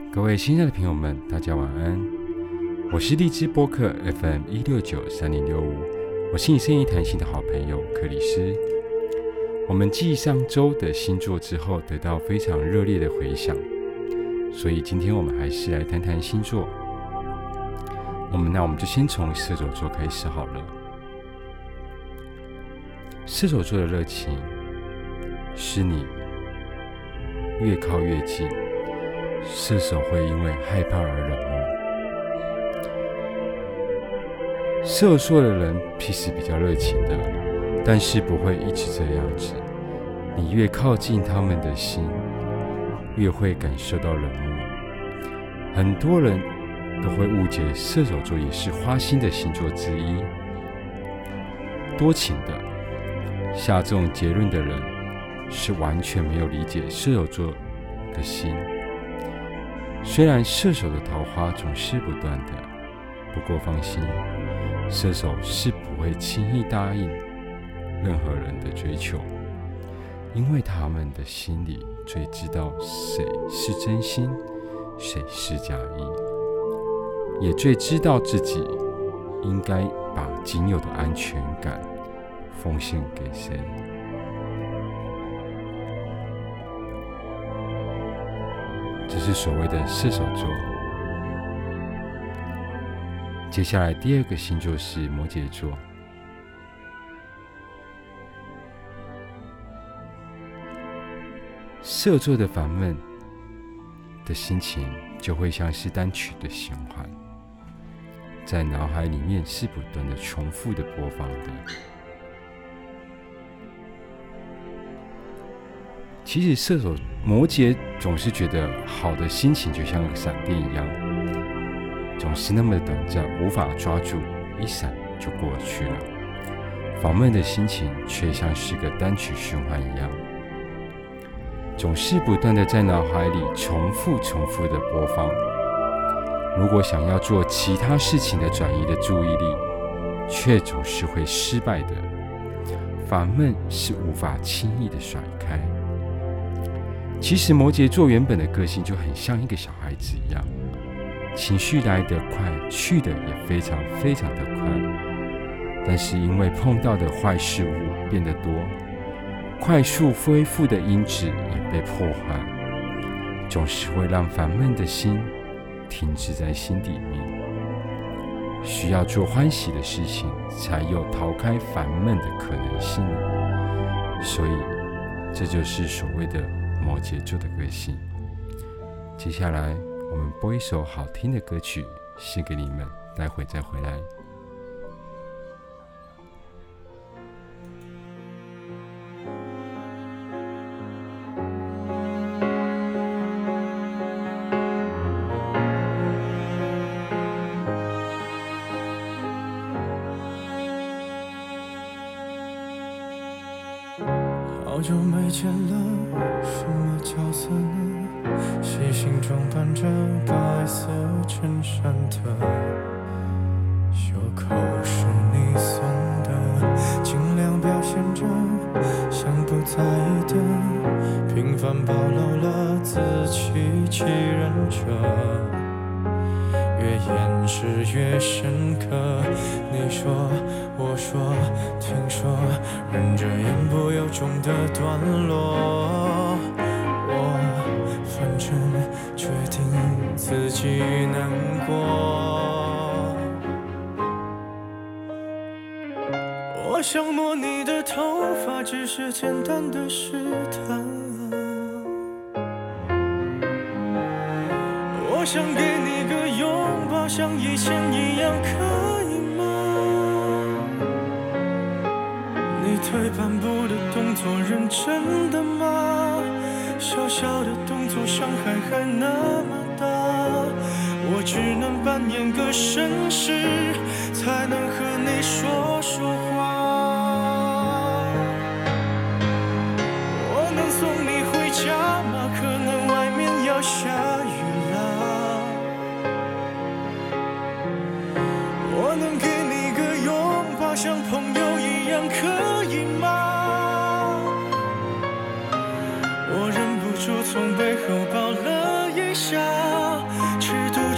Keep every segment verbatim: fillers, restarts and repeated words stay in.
各位亲爱的朋友们，大家晚安。我是荔枝播客 F M 一六九三零六五，我是你生意谈心的好朋友克里斯。我们继上周的星座之后，得到非常热烈的回响，所以今天我们还是来谈谈星座。我们那我们就先从射手座开始好了。射手座的热情是你越靠越近，射手会因为害怕而冷漠。射手座的人其实比较热情的，但是不会一直这样子。你越靠近他们的心，越会感受到冷漠。很多人都会误解射手座也是花心的星座之一。多情的下这种结论的人，是完全没有理解射手座的心。虽然射手的桃花总是不断的，不过放心，射手是不会轻易答应任何人的追求，因为他们的心里最知道谁是真心，谁是假意，也最知道自己应该把仅有的安全感奉献给谁。这是所谓的射手座。接下来第二个星座是摩羯座。射手座的烦闷的心情就会像是单曲的循环，在脑海里面是不断的重复的播放的。其实射手摩羯总是觉得好的心情就像闪电一样，总是那么短暂，无法抓住，一闪就过去了。烦闷的心情却像是个单曲循环一样，总是不断的在脑海里重复重复的播放。如果想要做其他事情的转移的注意力，却总是会失败的。烦闷是无法轻易的甩开。其实摩羯座原本的个性就很像一个小孩子一样，情绪来得快，去得也非常非常的快。但是因为碰到的坏事物变得多，快速恢复的因子也被破坏，总是会让烦闷的心停滞在心底面。需要做欢喜的事情，才有逃开烦闷的可能性。所以这就是所谓的摩羯座的个性。接下来我们播一首好听的歌曲献给你们，待会再回来。 好久没见了，什么角色呢？细心装扮着白色衬衫的，袖口是你送的，尽量表现着像不在意的，平凡暴露了自欺欺人者，越掩饰越深刻。你说我说听说，忍着言不由衷的段落，我反正决定自己难过。我想摸你的头发，只是简单的试探，我想给你个拥抱，像以前一样，可以吗？你退半步的动作认真的吗？小小的动作伤害还那么大，我只能扮演个绅士，才能和你说说话。我能送你回家吗？可能外面要下雨了。我能给你个拥抱，像朋友一样，可以吗？我忍不住从背后抱了一下，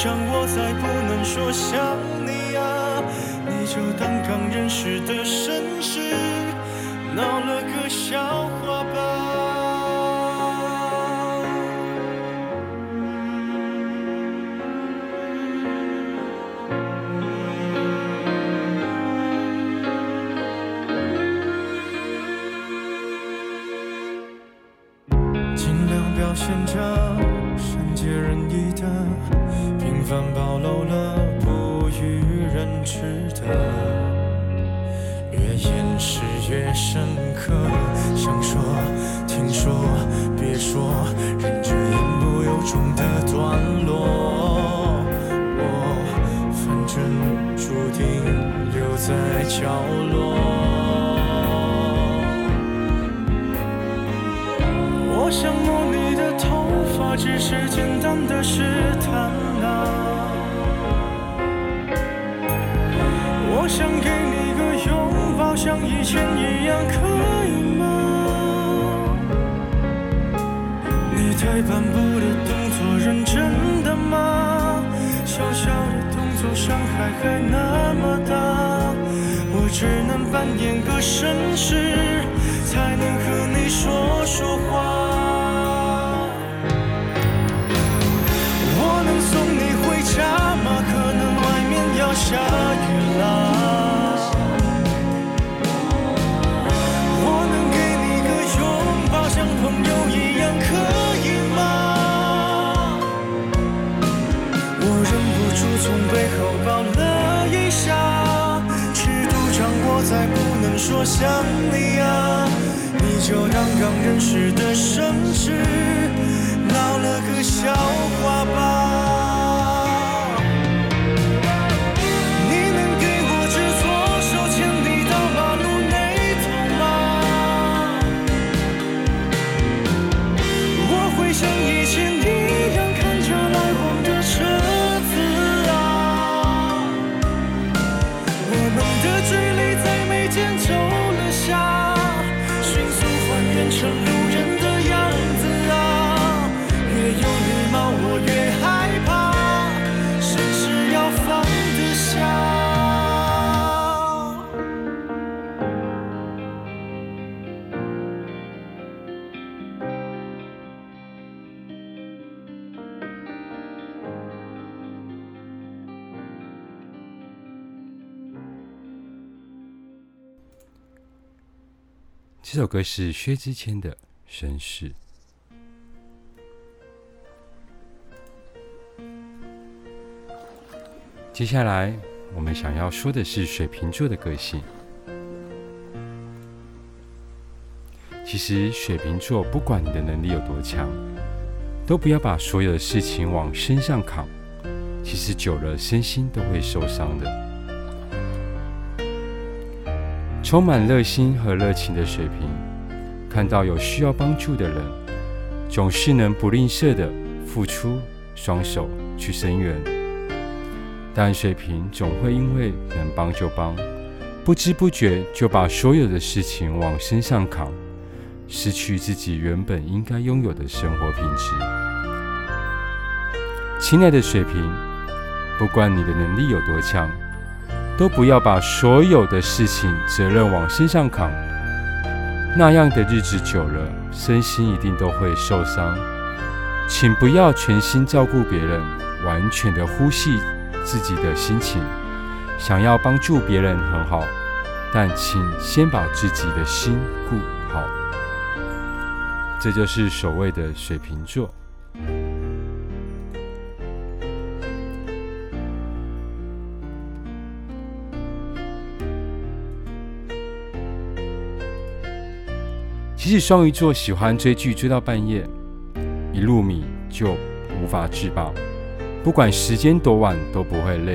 张我再不能说想你啊，你就当刚认识的绅士，闹了个笑话吧。尽量表现着善解人意的，平凡暴露了不与人知的，越掩饰越深刻。想说听说别说，忍着言不由衷的段落，我反正注定留在角落。我想摸你的头发，只是简单的试探啊。我想给你个拥抱，像以前一样，可以吗？你退半步的动作认真的吗？小小的动作伤害还那么大，我只能扮演个绅士，才能和你说说话。我能送你回家吗？可能外面要下雨啦。我能给你个拥抱，像朋友一样，可以吗？我忍不住从背后抱了一下，尺度掌握再不能说想你啊，你就当刚认识的绅士，闹了个笑话吧。你能给我只左手牵你到马路那头吗？我会像以前一样看着来往的车子啊，我们的距离在眉间皱了下，迅速还原成路人的样子啊，越有礼貌我越害怕，绅士要放得下。 这首歌是薛之谦的《绅士》。接下来我们想要说的是水瓶座的个性。其实水瓶座不管你的能力有多强，都不要把所有的事情往身上扛，其实久了身心都会受伤的。充满热心和热情的水瓶，看到有需要帮助的人，总是能不吝啬的付出双手去伸援。但水瓶总会因为能帮就帮，不知不觉就把所有的事情往身上扛，失去自己原本应该拥有的生活品质。亲爱的水瓶，不管你的能力有多强，都不要把所有的事情责任往身上扛，那样的日子久了，身心一定都会受伤。请不要全心照顾别人，完全的忽视自己的心情。想要帮助别人很好，但请先把自己的心顾好。这就是所谓的水瓶座。其实双鱼座喜欢追剧追到半夜，一入迷就无法自拔，不管时间多晚都不会累。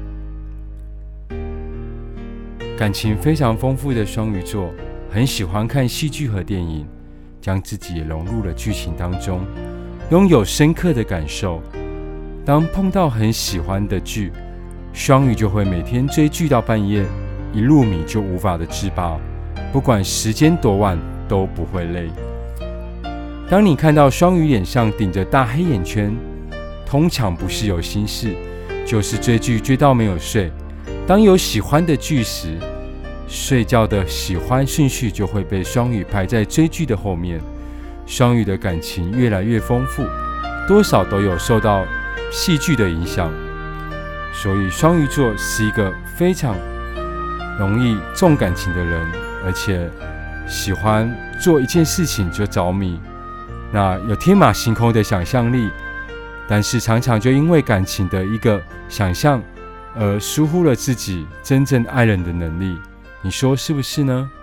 感情非常丰富的双鱼座，很喜欢看戏剧和电影，将自己融入了剧情当中，拥有深刻的感受。当碰到很喜欢的剧，双鱼就会每天追剧到半夜，一入迷就无法的自拔，不管时间多晚都不会累。当你看到双鱼脸上顶着大黑眼圈， 通常不是有心事，就是追剧追到没有睡。当有喜欢的剧时，睡觉的喜欢顺序就会被双鱼排在追剧的后面。双鱼的感情越来越丰富，多少都有受到戏剧的影响，所以双鱼座是一个非常容易重感情的人，而且喜欢做一件事情就着迷，那有天马行空的想象力，但是常常就因为感情的一个想象而疏忽了自己真正爱人的能力，你说是不是呢？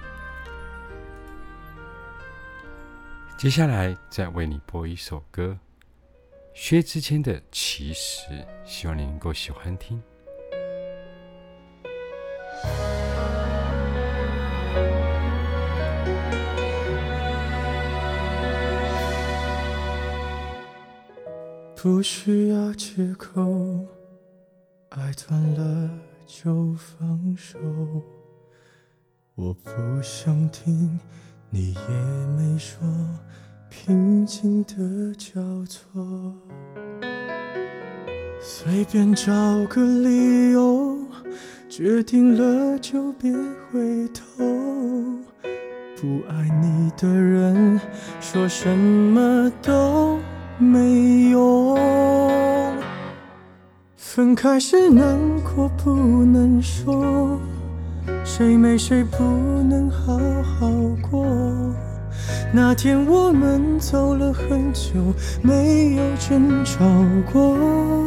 接下来再为你播一首歌，薛之谦的《其实》，希望你能够喜欢听。 不需要借口，爱断了就放手，我不想听，你也没说，平静的交错，随便找个理由，决定了就别回头，不爱你的人说什么都没用，分开时难过不能说，谁没谁不能好好过，那天我们走了很久，没有争吵过，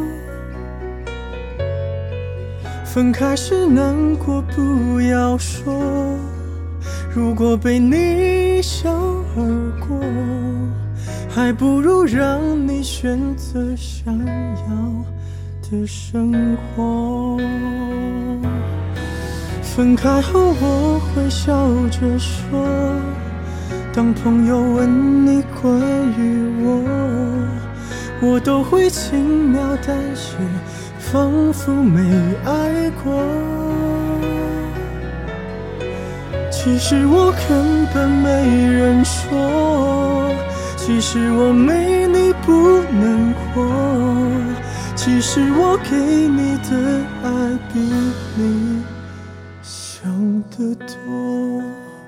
分开时难过不要说，如果被你一笑而过，还不如让你选择想要的生活。分开后我会笑着说，当朋友问你关于我，我都会轻描淡写，仿佛没爱过。其实我根本没人说，其实我没你不能活，其实我给你的爱比你想得多。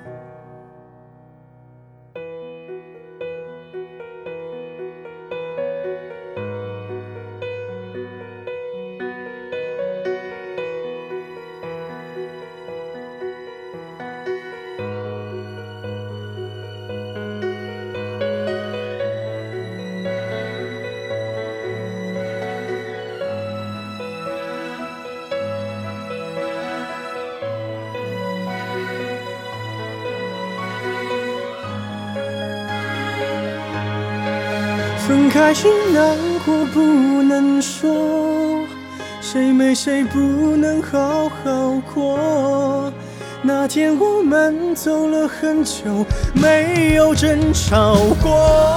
分开时难过不能说，谁没谁不能好好过，那天我们走了很久，没有争吵过。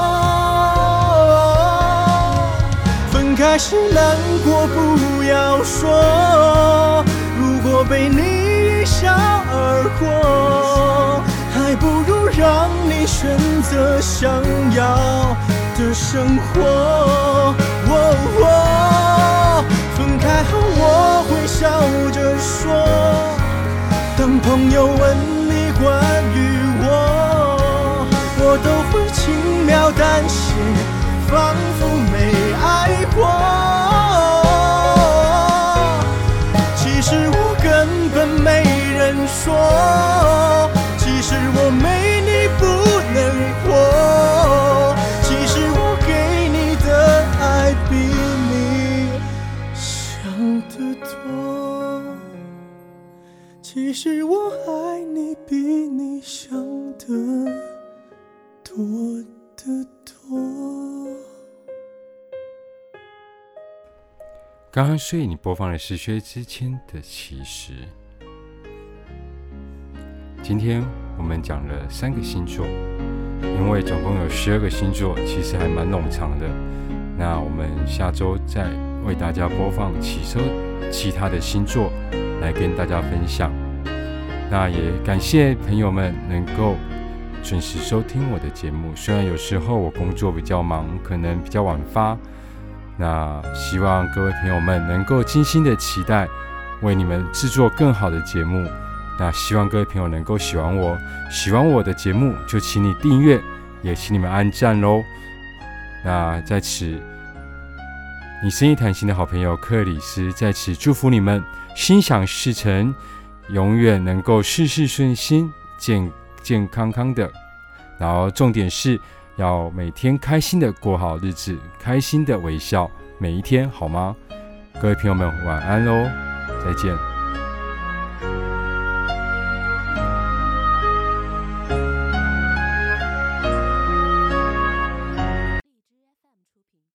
分开时难过不要说，如果被你一笑而过，还不如让你选择想要的生活。哦哦，分开后我会笑着说，当朋友问你关于我，我都会轻描淡写，仿佛没爱过。其实我根本没人说，其实我没你不能活，其实我给你的爱比你想得多，其实我爱你比你想的多得多。 刚刚所以你播放的是薛之谦的《其实》。今天我们讲了三个星座，因为总共有十二个星座，其实还蛮冗长的。那我们下周再为大家播放其他其他的星座来跟大家分享。那也感谢朋友们能够准时收听我的节目，虽然有时候我工作比较忙，可能比较晚发， 那希望各位朋友们能够精心的期待，为你们制作更好的节目。那希望各位朋友能够喜欢我，喜欢我的节目就请你订阅，也请你们按赞咯。那在此，你生意谈心的好朋友克里斯在此祝福你们心想事成，永远能够事事顺心，健健康康的。然后重点是要每天开心的过好日子，开心的微笑每一天，好吗？各位朋友们晚安咯，再见。